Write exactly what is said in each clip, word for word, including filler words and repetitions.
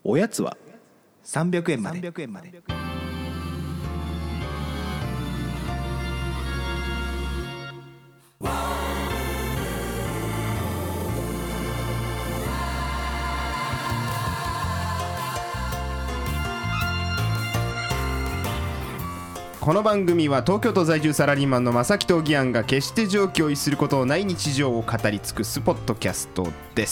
おやつはさんびゃくえんまで。 この番組は東京都在住サラリーマンの正木とギアンが決して常軌を逸することのない日常を語り尽くすポッドキャストです。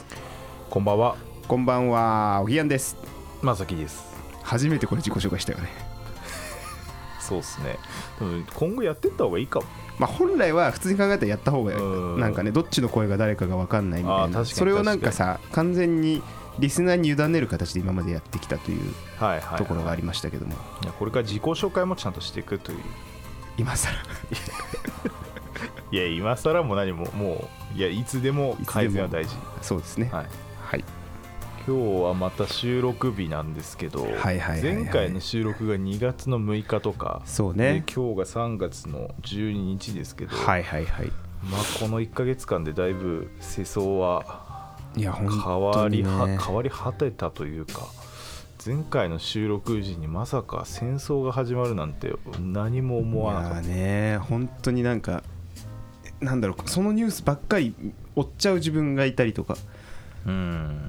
こんばんは。 こんばんは、ギアンです。 正木です。 初めてこれ自己紹介したよね。 そうですね。でも今後やってった方がいいかも。 まあ本来は普通に考えたらやった方がなんかね、どっちの声が誰かが分かんないみたいな、それをなんかさ完全にリスナーに委ねる形で今までやってきたというところがありましたけども、 いやこれから自己紹介もちゃんとしていくという。 今更いや今更も何ももういやいつでも改善は大事。 そうですね、はい、はい、 今日はまた収録日なんですけど、はいはいはいはい、前回の収録がにがつのむいかとか、 そうね、 で今日がさんがつのじゅうににちですけど、 はいはいはい、 まあ、このいっかげつかんでだいぶ世相はいや本当に、ね、 変わりは変わり果てたというか、前回の収録時にまさか戦争が始まるなんて何も思わなかった。 いやね、本当になんかなんだろう、そのニュースばっかり追っちゃう自分がいたりとか、 うん、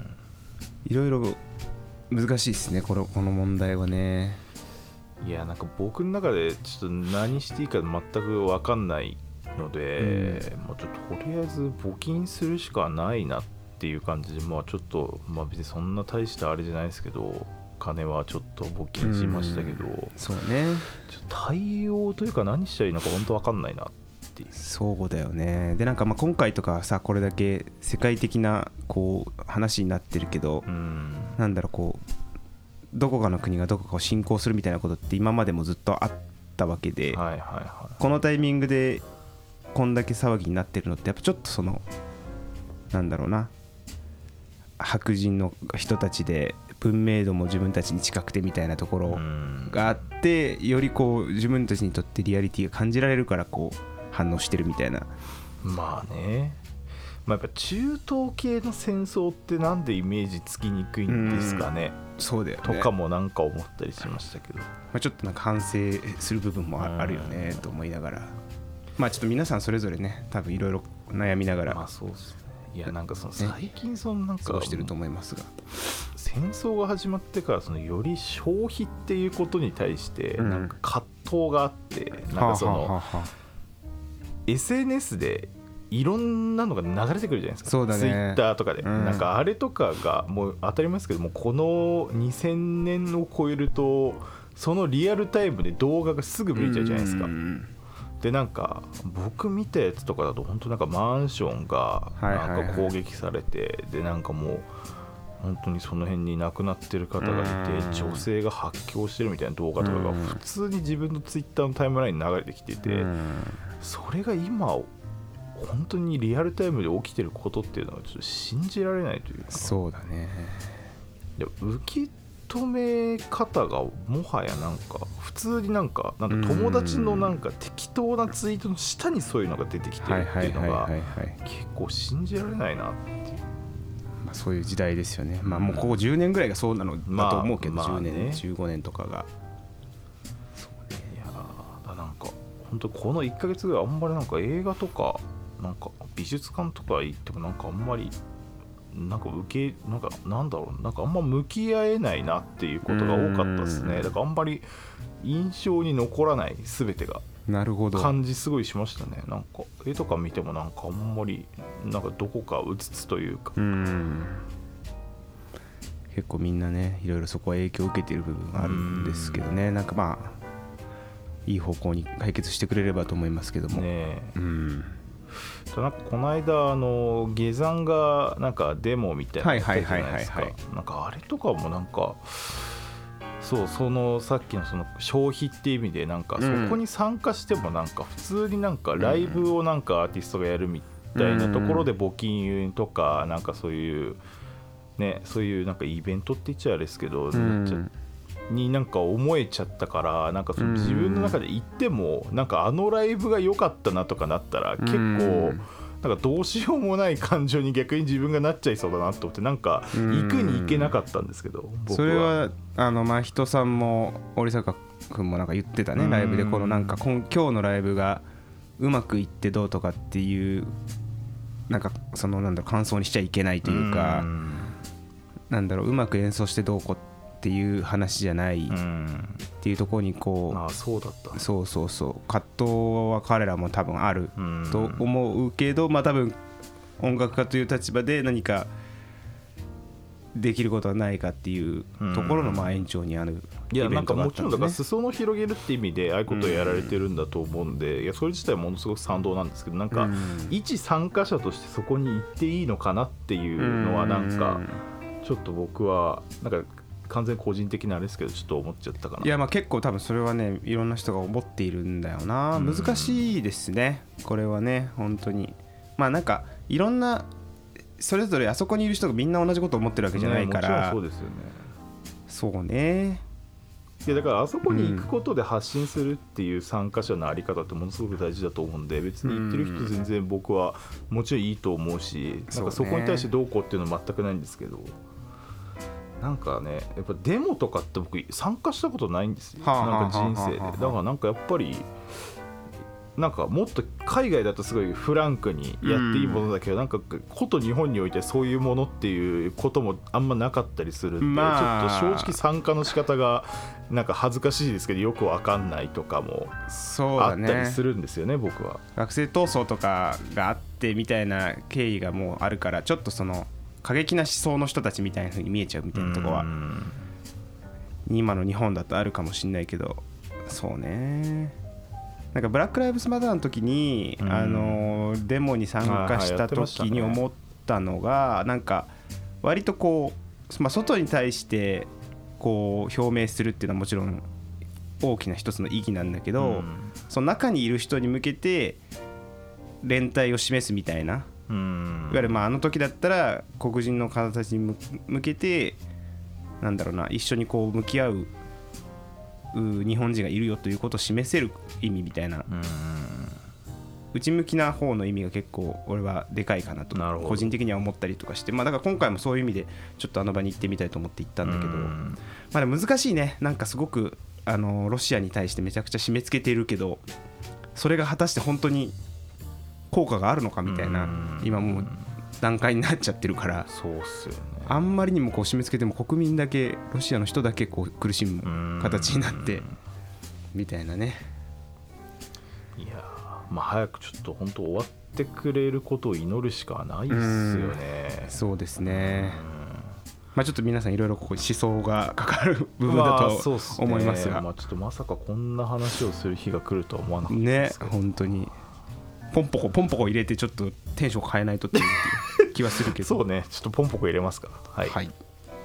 いろいろ難しいですね、この、この問題はね。 いやなんか僕の中でちょっと何していいか全く分かんないので、うん、もうちょっととりあえず募金するしかないなっていう感じで、まあちょっと、まあ、別にそんな大したあれじゃないですけど、金はちょっと募金しましたけど、うん、 そうね、 ちょっと対応というか何したらいいのか本当分かんないなっていう。 そうだよね。でなんかまあ今回とかさ、これだけ世界的なこう話になってるけど、うん、なんだろう、こうどこかの国がどこかを侵攻するみたいなことって今までもずっとあったわけで、 はいはいはい、 このタイミングでこんだけ騒ぎになってるのってやっぱちょっとそのなんだろうな、白人の人たちで文明度も自分たちに近くてみたいなところがあって、よりこう自分たちにとってリアリティが感じられるからこう反応してるみたいな。 まあね、まあ、やっぱ中東系の戦争ってなんでイメージつきにくいんですかね。 うん、そうだよねとかもなんか思ったりしましたけど、まあ、ちょっとなんか反省する部分もあるよねと思いながら、まあちょっと皆さんそれぞれね多分いろいろ悩みながら、 まあそうですね。いやなんかその最近そのなんかそうしてると思いますが、 戦争が始まってからそのより消費っていうことに対してなんか葛藤があって、うん、なんかその、はあはあはあ、エスエヌエス でいろんなのが流れてくるじゃないですか。 そうだね、 ツイッターとかで、 うん、 なんかあれとかがもう当たり前ですけども、このにせんねんを超えるとそのリアルタイムで動画がすぐ見れちゃうじゃないですか。うん、でなんか僕見たやつとかだと本当なんかマンションがなんか攻撃されて、はいはいはい、でなんかもう本当にその辺に亡くなってる方がいて、女性が発狂してるみたいな動画とかが普通に自分のツイッターのタイムラインに流れてきてて、それが今本当にリアルタイムで起きてることっていうのはちょっと信じられないというか。 そうだね。 で受け止め方がもはやなんか普通になんかなんか友達のなんか適当なツイートの下にそういうのが出てきてるっていうのが結構信じられないなっていう、 まあ、そういう時代ですよね。まあもうここじゅうねんぐらいがそうなのだと思うけど、まあまあね、じゅうねんじゅうごねんとかがそうね。いやだなんか本当このいっかげつぐらいあんまりなんか映画とかなんか美術館とか行ってもなんかあんまりなんか受けなんかなんだろうなんかあんま向き合えないなっていうことが多かったですね。だからあんまり印象に残らない全てがなるほど感じすごいしましたね。なんか絵とか見てもなんかあんまりなんかどこかうつつというか、うん結構みんなねいろいろそこは影響を受けている部分があるんですけどね。なんかまあいい方向に解決してくれればと思いますけどもね。うんなんかこの間あの下山がなんかデモみたいなのやってたじゃないですか。なんかあれとかもなんかそうそのさっきのその消費っていう意味でなんかそこに参加してもなんか普通になんかライブをなんかアーティストがやるみたいなところで募金とかなんかそういうねそういうなんかイベントって言っちゃあれですけどになんか思えちゃったから、なんかその自分の中で行ってもなんかあのライブが良かったなとかなったら結構なんかどうしようもない感情に逆に自分がなっちゃいそうだなと思って、なんか行くに行けなかったんですけど、僕はそれはあの真人さんも織坂君もなんか言ってたね、ライブで。このなんか今日のライブがうまくいってどうとかっていうなんかそのなんだろう感想にしちゃいけないというか、なんだろううまく演奏してどうこうっていう話じゃないっていうところにこう、 ああそうだった、 そうそうそう葛藤は彼らも多分あると思うけど、まあ多分音楽家という立場で何かできることはないかっていうところのまあ延長にあるイベントがあったんですね。 いやなんかもちろんだから裾野広げるって意味でああいうことをやられてるんだと思うんで、いやそれ自体ものすごく賛同なんですけど、なんか一参加者としてそこに行っていいのかなっていうのはなんかちょっと僕はなんか完全個人的なあれですけどちょっと思っちゃったかな。 いやまあ結構多分それはねいろんな人が思っているんだよな。難しいですねこれはね本当に。まあなんかいろんなそれぞれあそこにいる人がみんな同じことを思ってるわけじゃないから、 ね、もちろんそうですよね。 そうね。 いやだからあそこに行くことで発信するっていう参加者のあり方ってものすごく大事だと思うんで、別に行ってる人全然僕はもちろんいいと思うし、なんかそこに対してどうこうっていうのは全くないんですけど、なんかねやっぱデモとかって僕参加したことないんですよ、なんか人生で。だからなんかやっぱりなんかもっと海外だとすごいフランクにやっていいものだけど、なんかこと日本においてそういうものっていうこともあんまなかったりするんで、 まあ、 ちょっと正直参加の仕方がなんか恥ずかしいですけどよくわかんないとかもあったりするんですよね。僕は学生闘争とかがあってみたいな経緯がもうあるから、ちょっとその過激な思想の人たちみたいな風に見えちゃうみたいなところは今の日本だとあるかもしれないけど、そうね。なんかブラックライブズマターの時に、うん、あのデモに参加した時に思ったのが、なんか割とこう、まあ、外に対してこう表明するっていうのはもちろん大きな一つの意義なんだけど、うん、その中にいる人に向けて連帯を示すみたいな、うん、いわゆるまああの時だったら黒人の方たちに向けてなんだろうな、一緒にこう向き合う日本人がいるよということを示せる意味みたいな、内向きな方の意味が結構俺はでかいかなと個人的には思ったりとかして、まあだから今回もそういう意味でちょっとあの場に行ってみたいと思って行ったんだけど、まあ難しいね。なんかすごくあのロシアに対してめちゃくちゃ締め付けているけど、それが果たして本当に効果があるのかみたいな今もう段階になっちゃってるから、 そうっすよね。 あんまりにもこう締め付けても国民だけロシアの人だけこう苦しむ形になってみたいなね。 いやまあ早くちょっと本当終わってくれることを祈るしかないっすよね。 うそうですね。まあちょっと皆さんいろいろここ思想がかかる部分だと思いますが、 まあまあ、ちょっとまさかこんな話をする日が来るとは思わなかったですけどね。本当にポンポコポンポコ入れてちょっとテンション変えないとっていう気はするけどそうね、ちょっとポンポコ入れますか。はい、はい、ちょ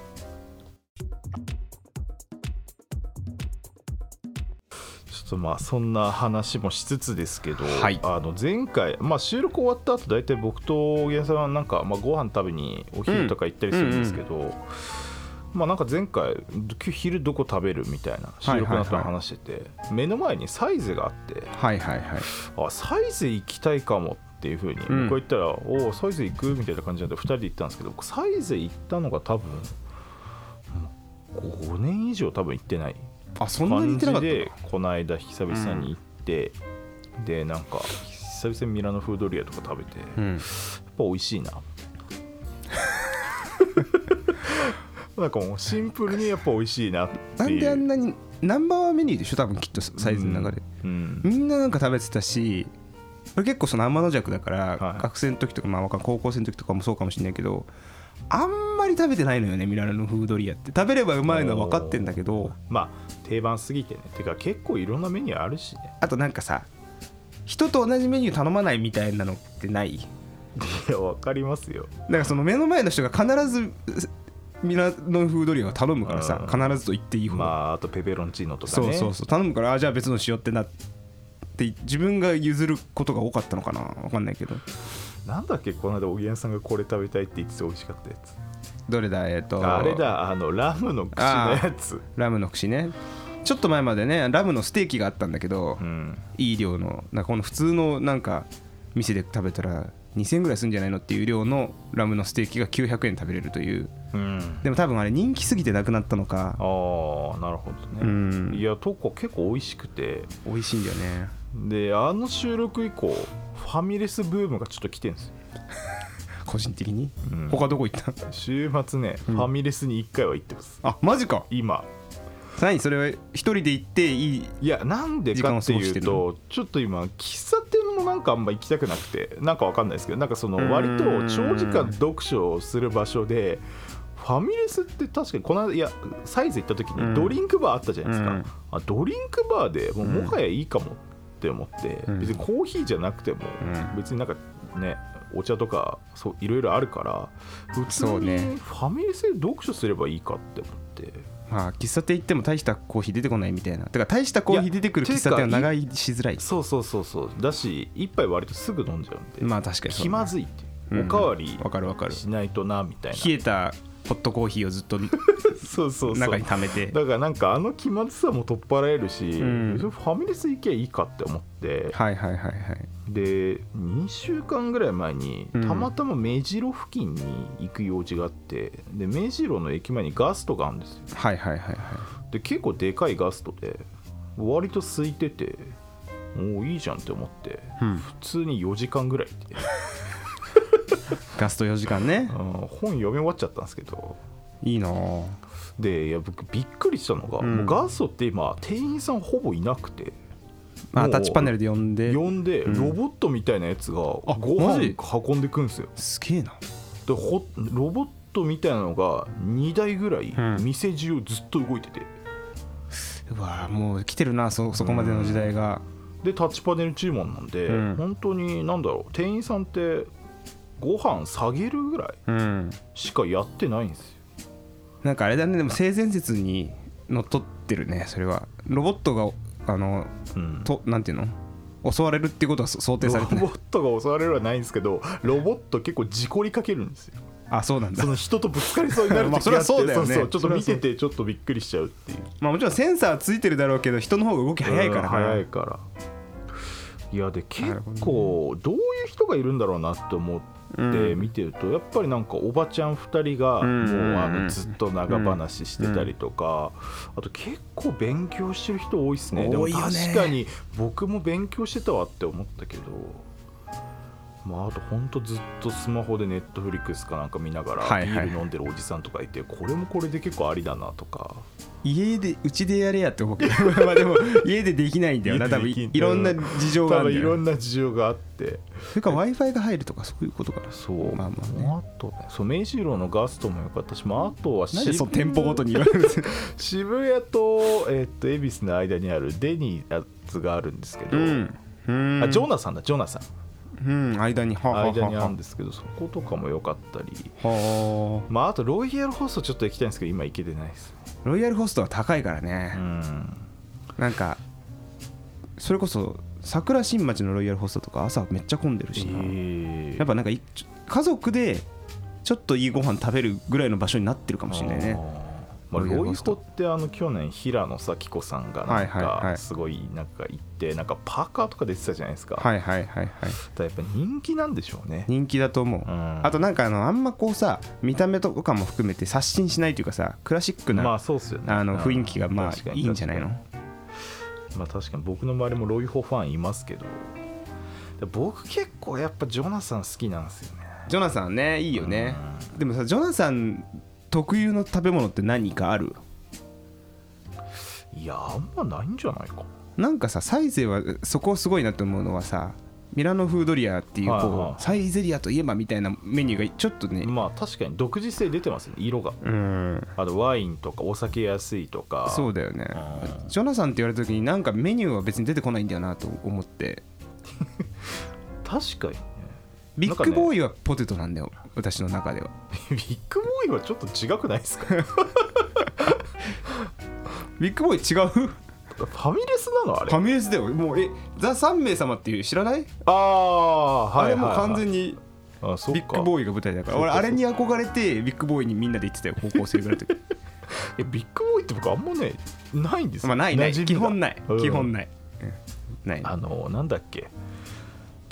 っとまあそんな話もしつつですけど、はい、あの前回、まあ、収録終わった後だいたい僕と小木さんはなんか、まあ、ご飯食べにお昼とか行ったりするんですけど、うんうんうん、まあなんか前回昼どこ食べるみたいな収録の後に話してて、はいはいはい、目の前にサイゼがあって、はいはいはい、あサイゼ行きたいかもっていう風に僕が言ったら、うん、おサイゼ行くみたいな感じなんでふたりで行ったんですけど、サイゼ行ったのが多分ごねん以上多分行ってない感じで、この間久々に行って、うん、でなんか久々にミラノ風ドリアとか食べて、うん、やっぱ美味しいななんかもうシンプルにやっぱ美味しいなっていう。 なんであんなにナンバーワンメニューでしょ多分きっとサイズの中で、うんうん、みんななんか食べてたし、これ結構その天の弱だから、はい、学生の時とか、まあ、高校生の時とかもそうかもしれないけど、あんまり食べてないのよねミラノのフードリアって。食べればうまいのは分かってんだけど、 まあ定番すぎてね。てか結構いろんなメニューあるしね。 あとなんかさ、人と同じメニュー頼まないみたいなのってない？いや分かりますよ。 だからその目の前の人が必ずミラノフードリアを頼むからさ、必ずと言っていい方、 まああとペペロンチーノとかね、 そうそうそう頼むから、あじゃあ別のしようってなって自分が譲ることが多かったのかな、分かんないけど。 なんだっけこの間おぎやんさんがこれ食べたいって言ってて美味しかったやつ、 どれだ、えっとあれだ、あのラムの串のやつ。 ラムの串ね。ちょっと前までねラムのステーキがあったんだけど、うん、いい量のなんかこの普通のなんか店で食べたらにせんえんぐらいするんじゃないのっていう量のラムのステーキがきゅうひゃくえんで食べれるという、 うん、 でも多分あれ人気すぎてなくなったのか。 ああなるほどね、うん、いやとこ結構美味しくて美味しいんだよね。 であの収録以降ファミレスブームがちょっと来てるんですよ個人的に、 うん、 他どこ行った？ 週末ね、うん、ファミレスにいっかいは行ってます。 あマジか。 今何それは一人で行っていい？ いやなんでかっていうとちょっと今喫茶店もなんかあんま行きたくなくてなんかわかんないですけどなんかその割と長時間読書をする場所でファミレスって確かにこの間いやサイズ行った時にドリンクバーあったじゃないですか、うん、あドリンクバーでもうもはやいいかもって思って、うん、別にコーヒーじゃなくても別になんかねお茶とかそういろいろあるから普通にファミレスで読書すればいいかって思って。 まあ、喫茶店行っても大したコーヒー出てこないみたいな。だから大したコーヒー出てくる喫茶店は長居しづらい。 そうそうそうそうだし一杯割とすぐ飲んじゃうんでまあ確かに気まずいっていう、うん、おかわりしないとなみたいな。 冷えたホットコーヒーをずっとそうそうそう中に溜めてだからなんかあの気まずさも取っ払えるし、うん、ファミレス行けばいいかって思ってはいはいはいはいでにしゅうかんぐらい前にたまたま目白付近に行く用事があって、うん、で目白の駅前にガストがあるんですよ。 はいはいはいはいで結構でかいガストで割と空いててもういいじゃんって思って、うん、普通によじかんぐらいでガストよじかんね、 うん、本読み終わっちゃったんですけどいいなでいや僕びっくりしたのが、うん、もうガストって今店員さんほぼいなくてあタッチパネルで呼んで呼んで、うん、ロボットみたいなやつがご飯運んでくんですよ。 すげえな。 でほロボットみたいなのがにだいぐらい店中をずっと動いてて、 うん、うわもう来てるな そ, そこまでの時代が、 うん、でタッチパネル注文なんで、うん、本当になんだろう店員さんってご飯下げるぐらいしかやってないんですよ、 うん、なんかあれだねでも性善説にのっとってるねそれは。ロボットがあの、うん、となんていうの襲われるっていうことは想定されてない。 ロボットが襲われるはないんですけどロボット結構事故りかけるんですよ。 あそうなんだ。 その人とぶつかりそうになる時があってそれはそうだよね。 そうそうちょっと見ててちょっとびっくりしちゃうっていう。 まあもちろんセンサーついてるだろうけど人の方が動き早いからな。 早いからいやで結構どういう人がいるんだろうなって思ってで見てるとやっぱりなんかおばちゃんふたりがもうあのずっと長話してたりとかあと結構勉強してる人多いっすね。でも確かに僕も勉強してたわって思ったけどまああとほんとずっとスマホでネットフリックスかなんか見ながらビール飲んでるおじさんとかいてこれもこれで結構ありだなとか家でうちでやれやって思うけどまあでも家でできないんだよな多分いろんな事情があるんだよ。 多分いろんな事情があってそれから Wi-Fi が入るとかそういうことかな。 そうまあまあね。 あとねそう明治楼のガストも良かったし、まあ、あとは何でその店舗ごとに言われるんです渋谷とえー、っと恵比寿の間にあるデニーズがあるんですけど、うん、うんあジョナサンだジョナサンうん、間にはははは間にあるんですけどそことかも良かったりはまああとロイヤルホストちょっと行きたいんですけど今行けてないです。 ロイヤルホストは高いからね、うん、なんかそれこそ桜新町のロイヤルホストとか朝めっちゃ混んでるしな、えー、やっぱなんか家族でちょっといいご飯食べるぐらいの場所になってるかもしれないね。 まあ、ロイホってあの去年平野咲子さんがなんかすごいなんか行ってなんかパーカーとか出てたじゃないですか。 はいはいはいはい。 だやっぱ人気なんでしょうね。 人気だと思う、うん、あとなんかあのあんまこうさ見た目とかも含めて刷新しないというかさクラシックな、 まあそうっすよね、 あの雰囲気がまあいいんじゃないの。 まあ確かに僕の周りもロイホファンいますけど僕結構やっぱジョナサン好きなんですよね。 ジョナサンねいいよね、うん、でもさジョナサン特有の食べ物って何かある？ いやあんまないんじゃないか。 なんかさサイゼはそこすごいなと思うのはさミラノフードリアっていう、 こう、はいはい、サイゼリアといえばみたいなメニューがちょっとねまあ確かに独自性出てますね色が。うんあとワインとかお酒安いとかそうだよね。ジョナサンって言われた時になんかメニューは別に出てこないんだよなと思って確かにね。 ビッグボーイはポテトなんだよ私の中では。 ビッグボーイはちょっと違くないですかビッグボーイ違う？ファミレスなのあれ？ ファミレスだよ。もうえザ・さんめい様っていう知らない？ ああはいはい、はい、 あれも完全にビッグボーイが舞台だから俺あれに憧れてビッグボーイにみんなで行ってたよ高校生ぐらいの時いやビッグボーイって僕あんまねないんですよ。 まあないない基本ない、うん、基本ない、うん、ない。 あのなんだっけ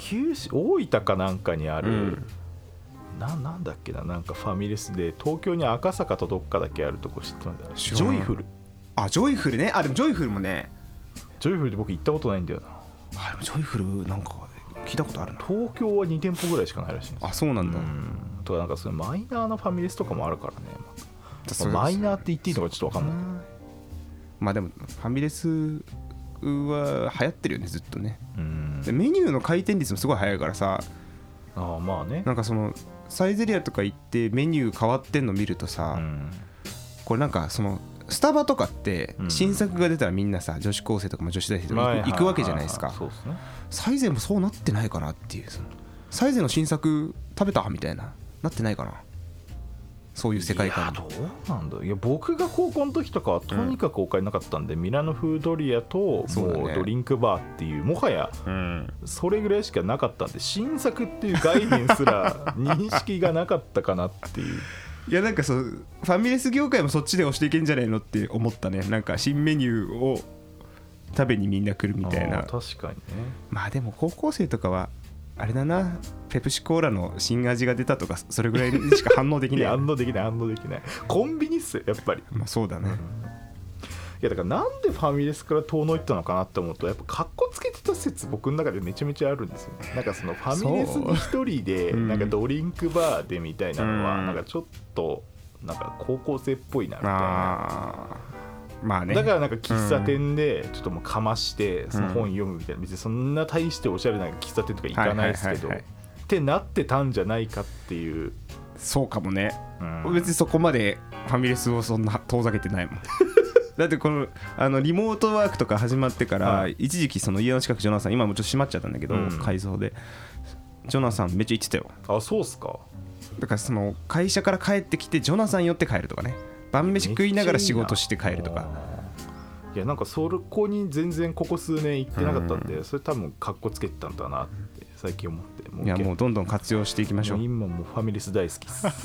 九州大分かなんかにある、 うんな, なんだっけななんかファミレスで東京に赤坂とどっかだけあるとこ知ってますか？ジョイフル。 あジョイフルね。あでもジョイフルもね、 ジョイフルって僕行ったことないんだよな。 あでもジョイフルなんか聞いたことあるな。 東京はに店舗ぐらいしかないらしいんですよ。 あそうなんだ。 うんとかなんかそのマイナーなファミレスとかもあるからね、 それマイナーって言っていいのかちょっと分かんない。 まあでもファミレスは流行ってるよねずっとね。 うんでメニューの回転率もすごい早いからさ、 ああまあね。 なんかそのサイゼリアとか行ってメニュー変わってんの見るとさ、 うん、 これなんかそのスタバとかって新作が出たらみんなさ女子高生とかも女子大生とか行く、行くわけじゃないですか。 そうですね。 サイゼもそうなってないかなっていう、そのサイゼの新作食べたみたいななってないかな、そういう世界観。 いやどうなんだ。いや僕が高校の時とかはとにかくお金なかったんで、うん、ミラノフードリアともうドリンクバーっていうもはやそれぐらいしかなかったんで、新作っていう概念すら認識がなかったかなっていう。 いやなんかそうファミレス業界もそっちで押していけんじゃないのって思ったね。なんか新メニューを食べにみんな来るみたいな。 確かにね。 まあでも高校生とかはあれだな、ペプシコーラの新味が出たとかそれぐらいしか反応できない。 いや反応できない反応できない。コンビニっすよやっぱり。 まあそうだね、うん、いやだからなんでファミレスから遠のいったのかなって思うと、やっぱカッコつけてた説僕の中でめちゃめちゃあるんですよ。なんかそのファミレスに一人でなんかドリンクバーでみたいなのはなんかちょっとなんか高校生っぽいなみたいな。 あまあね、 だからなんか喫茶店でちょっともうかましてその本読むみたいな、別にそんな大しておしゃれな喫茶店とか行かないですけどってなってたんじゃないかっていう。 そうかもね、 うん、 別にそこまでファミレスをそんな遠ざけてないもん。だってこのあのリモートワークとか始まってから、はい、一時期その家の近くジョナサン、今もちょっと閉まっちゃったんだけど、うん、改装でジョナサンめっちゃ行ってたよ。 あそうっすか。 だからその会社から帰ってきてジョナサン寄って帰るとかね、晩飯食いながら仕事して帰るとか。 いやなんかそこに全然ここ数年行ってなかったんで、うん、それ多分カッコつけてたんだなって最近思って。もういやもうどんどん活用していきましょう。 もう今もうファミレス大好きです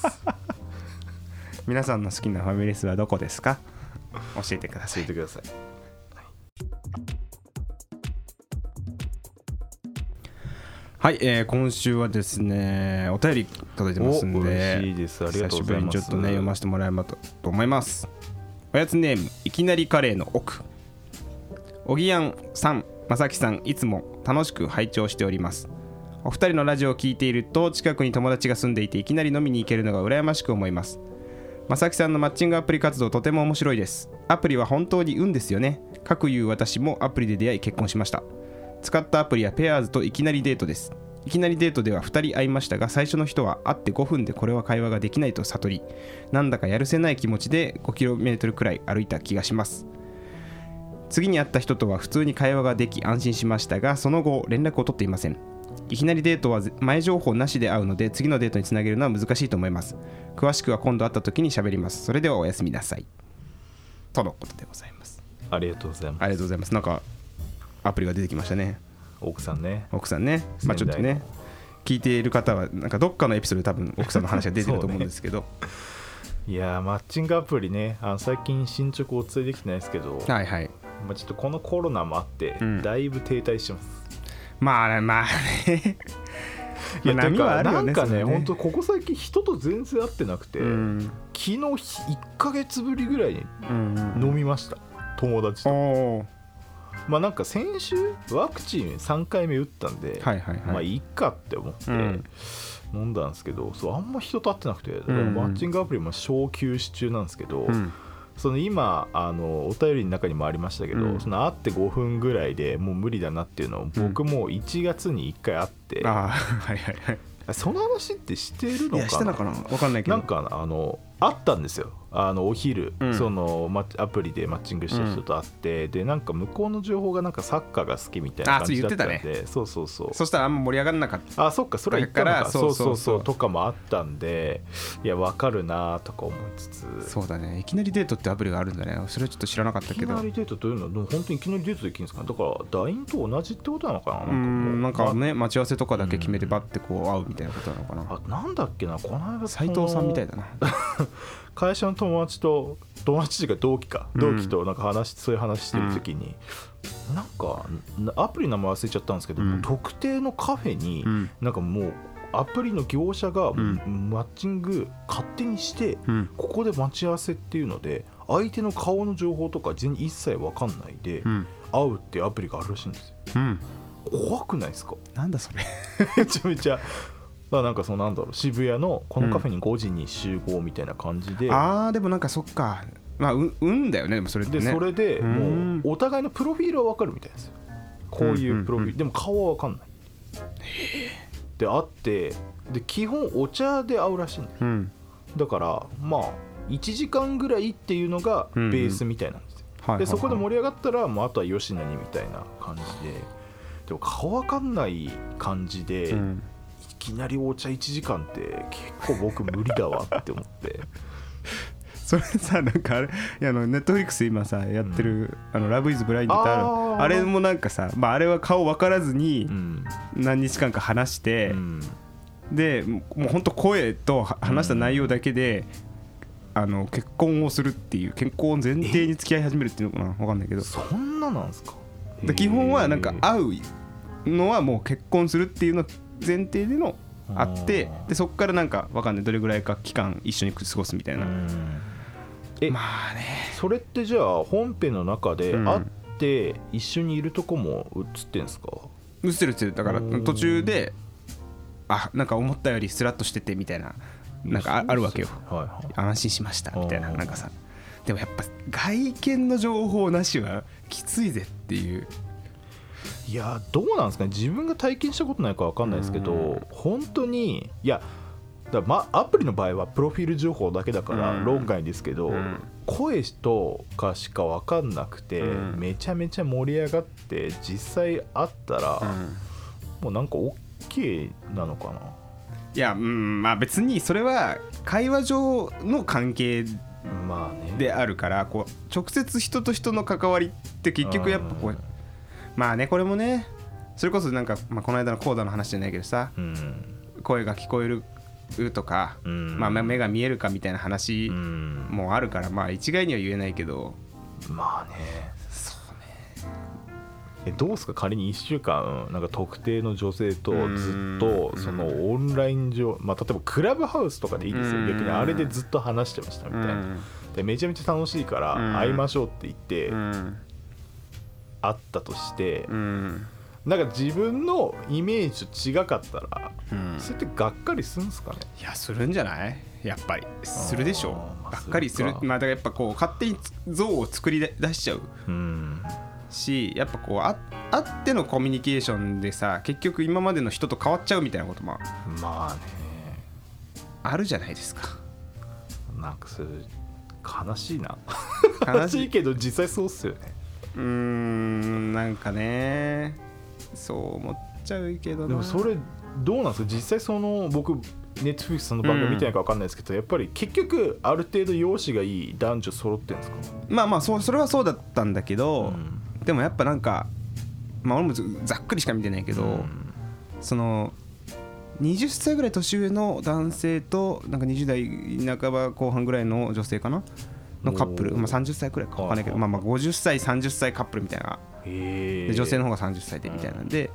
皆さんの好きなファミレスはどこですか？教えてください。 教えてください。 はい、えー、今週はですねお便り届いてますんで、 嬉しいです。ありがとうございます。 久しぶりにちょっとね読ませてもらえればと思います。おやつネームいきなりカレーの奥。おぎやんさん、まさきさん、いつも楽しく拝聴しております。お二人のラジオを聞いていると近くに友達が住んでいていきなり飲みに行けるのが羨ましく思います。まさきさんのマッチングアプリ活動とても面白いです。アプリは本当に運ですよね。かくいう私もアプリで出会い結婚しました。使ったアプリはペアーズといきなりデートです。いきなりデートではふたり会いましたが、最初の人は会ってごふんでこれは会話ができないと悟り、なんだかやるせない気持ちで ごキロメートル くらい歩いた気がします。次に会った人とは普通に会話ができ安心しましたが、その後連絡を取っていません。いきなりデートは前情報なしで会うので次のデートにつなげるのは難しいと思います。詳しくは今度会った時に喋ります。それではおやすみなさいとのことでございます。 ありがとうございます。 ありがとうございます。なんかアプリが出てきましたね。 奥さんね奥さんね、まあちょっとね聞いている方はなんかどっかのエピソードで多分奥さんの話が出てると思うんですけど、ね、 いやマッチングアプリね、あの最近進捗をお伝えできてないですけど、 はいはい、 まあ、ちょっとこのコロナもあって、うん、だいぶ停滞してます。 まあまあねいや波はあるよね。なんかね本当ここ最近人と全然会ってなくて、うん、昨日いっかげつぶりぐらいに飲みました、うん、友達と。まあなんか先週ワクチンさんかいめ打ったんで、はいはいはい、まあいいかって思って飲んだんですけど、うん、そうあんま人と会ってなくて、だからマッチングアプリも小休止中なんですけど、うん、その今あのお便りの中にもありましたけど、うん、その会ってごふんぐらいでもう無理だなっていうのを僕もいちがつにいっかい会って、うん、あはいはいはい、その話ってしてるのかな。いやしてたかな分かんないけど、なんかあのあったんですよ。あのお昼、うん、そのアプリでマッチングした人と会って、うん、でなんか向こうの情報がなんかサッカーが好きみたいな感じだったんで、あ、そう言ってたね。そうそうそう。そしたらあんま盛り上がらなかった。あ、そっか、それは言ったのか。そうそうそうとかもあったんで、いや分かるなとか思いつつ。そうだね。いきなりデートってアプリがあるんだね。それはちょっと知らなかったけど。いきなりデートというのは本当にいきなりデートできるんですかね。だから ライン と同じってことなのかな。なんかもう、うんなんかね、待ち合わせとかだけ決めてバッてこう会うみたいなことなのかな。あ、なんだっけな、この間斉藤さんみたいだな。会社の友達と友達というか同期か同期となんか話、うん、そういう話してる時に、うん、なんかアプリの名前忘れちゃったんですけど、うん、特定のカフェに、うん、なんかもうアプリの業者がマッチング勝手にして、うん、ここで待ち合わせっていうので相手の顔の情報とか全然一切分かんないで、うん、会うっていうアプリがあるらしいんですよ、うん、怖くないですか？ なんだそれめちゃめちゃだからなんかそのなんだろう渋谷のこのカフェにごじに集合みたいな感じで、 うん、あーでもなんかそっかまあう運だよねでもそれってねでそれでもうお互いのプロフィールは分かるみたいですよこういうプロフィール、うんうんうん、でも顔は分かんないで会ってで基本お茶で会うらしいんだよ、うん、だからまあいちじかんぐらいっていうのがベースみたいなんですよ、うんうん、でそこで盛り上がったらもうあとは吉何みたいな感じででも顔わかんない感じで、うん、いきなりお茶いちじかんって結構僕無理だわって思ってそれさなんかあれいやあのネットフリックス今さやってる、うん、あのラブイズブラインドってある あ, あれもなんかさ、まあ、あれは顔分からずに何日間か話して、うん、でもうほんと声と話した内容だけで、うん、あの結婚をするっていう結婚を前提に付き合い始めるっていうのかな分かんないけどそんななんですかで基本はなんか会うのはもう結婚するっていうの前提でのあってでそこからなんか分かんないどれぐらいか期間一緒に過ごすみたいなえまあねそれってじゃあ本編の中で会って一緒にいるとこも映ってんすか？ 映ってる映ってるだから途中であなんか思ったよりスラッとしててみたいななんか あ, あるわけよ、はいはい、安心しましたみたいななんかさでもやっぱ外見の情報なしはきついぜっていういやどうなんですかね自分が体験したことないか分かんないですけど本当にいやだ、ま、アプリの場合はプロフィール情報だけだから論外ですけど、うん、声とかしか分かんなくて、うん、めちゃめちゃ盛り上がって実際会ったら、うん、もうなんか OK なのかな。 いや、うん、まあ別にそれは会話上の関係であるからこう直接人と人の関わりって結局やっぱこうまあねこれもねそれこそなんか、まあ、この間のコーダの話じゃないけどさ、うん、声が聞こえるとか、うんまあ、目が見えるかみたいな話もあるから、まあ一概には言えないけどまあねそうねえどうすか仮にいっしゅうかんなんか特定の女性とずっとそのオンライン上、まあ、例えばクラブハウスとかでいいですよ逆にあれでずっと話してましたみたいなでめちゃめちゃ楽しいから会いましょうって言って会ったとしてなんか自分のイメージと違かったら、うん、それってがっかりするんですかね。 いやするんじゃないやっぱりするでしょうがっかりするまあだからやっぱこう勝手に像を作り出しちゃう、うん、しやっぱこうああってのコミュニケーションでさ結局今までの人と変わっちゃうみたいなこともまあねあるじゃないですか。 なんかそれ悲しいな悲しいけど実際そうっすよね。 うーんなんかねそう思っちゃうけどな。 でもそれどうなんですか実際その僕ネットフリックスの番組見てないか分かんないですけど、うん、やっぱり結局ある程度容姿がいい男女揃ってるんですか？ まあまあ そ, それはそうだったんだけど、うん、でもやっぱなんかまあ俺もざっくりしか見てないけど、うん、そのはたちぐらい年上の男性となんかにじゅう代半ば後半ぐらいの女性かなのカップル、まあ、さんじゅっさいくらいか分かんないけど、まあ、まあごじゅっさいさんじゅっさいカップルみたいなで女性の方がさんじゅっさいでみたいなんで、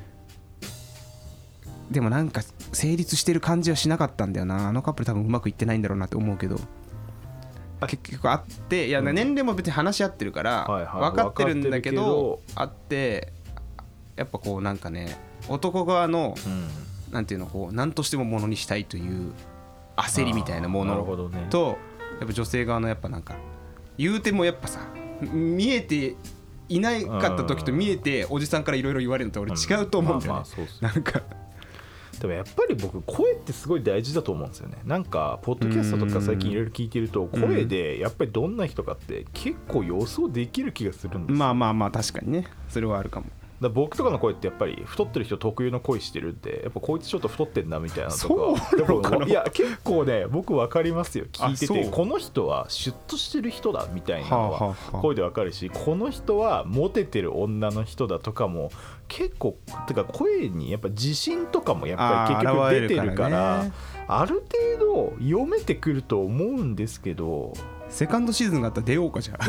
うん、でもなんか成立してる感じはしなかったんだよな。あのカップル多分うまくいってないんだろうなって思うけど結局あっていや年齢も別に話し合ってるから分かってるんだけどあってやっぱこうなんかね男側の、うん、なんていうのこう何としてもものにしたいという焦りみたいなものとやっぱ女性側のやっぱなんか言うてもやっぱさ見えていないかった時と見えておじさんからいろいろ言われるのと俺違うと思うんだよね。なんかでもやっぱり僕声ってすごい大事だと思うんですよね。なんかポッドキャストとか最近いろいろ聞いてると声でやっぱりどんな人かって結構予想できる気がするんですよ。 まあまあまあ確かにねそれはあるかも。 だ僕とかの声ってやっぱり太ってる人特有の声してるんでやっぱこいつちょっと太ってんなみたいなとかそういや結構ね僕分かりますよ聞いててこの人はシュッとしてる人だみたいなのは声で分かるしこの人はモテてる女の人だとかも結構てか声にやっぱ自信とかもやっぱり結局出てるからある程度読めてくると思うんですけどセカンドシーズンがあったら出ようかじゃあ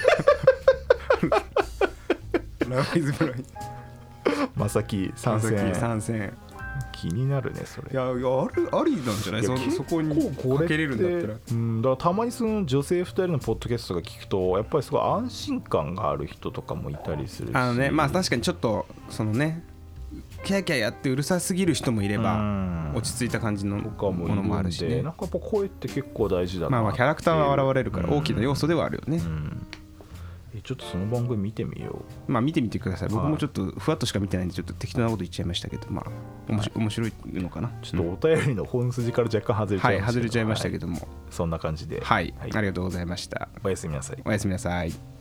ラブイズブラインまさき参戦参戦気になるねそれ。 いやいやあるありなんじゃない？そそこにかけれるんだったら。 うん、だからたまにその女性ふたりのポッドキャストが聞くとやっぱりすごい安心感がある人とかもいたりするし、 あのね、まあ確かにちょっとそのねキャーキャーやってうるさすぎる人もいれば落ち着いた感じのものもあるしね。 なんかやっぱ声って結構大事だな。 まあまあキャラクターは現れるから大きな要素ではあるよね。 うんうんちょっとその番組見てみよう。まあ見てみてください。僕もちょっとふわっとしか見てないんでちょっと適当なこと言っちゃいましたけど、まあ面白、面白いのかな。 ちょっとお便りの本筋から若干外れちゃいましたけど、 はい、外れちゃいましたけども、はい、 そんな感じで、 はい、はい、ありがとうございました。 おやすみなさい。 おやすみなさい。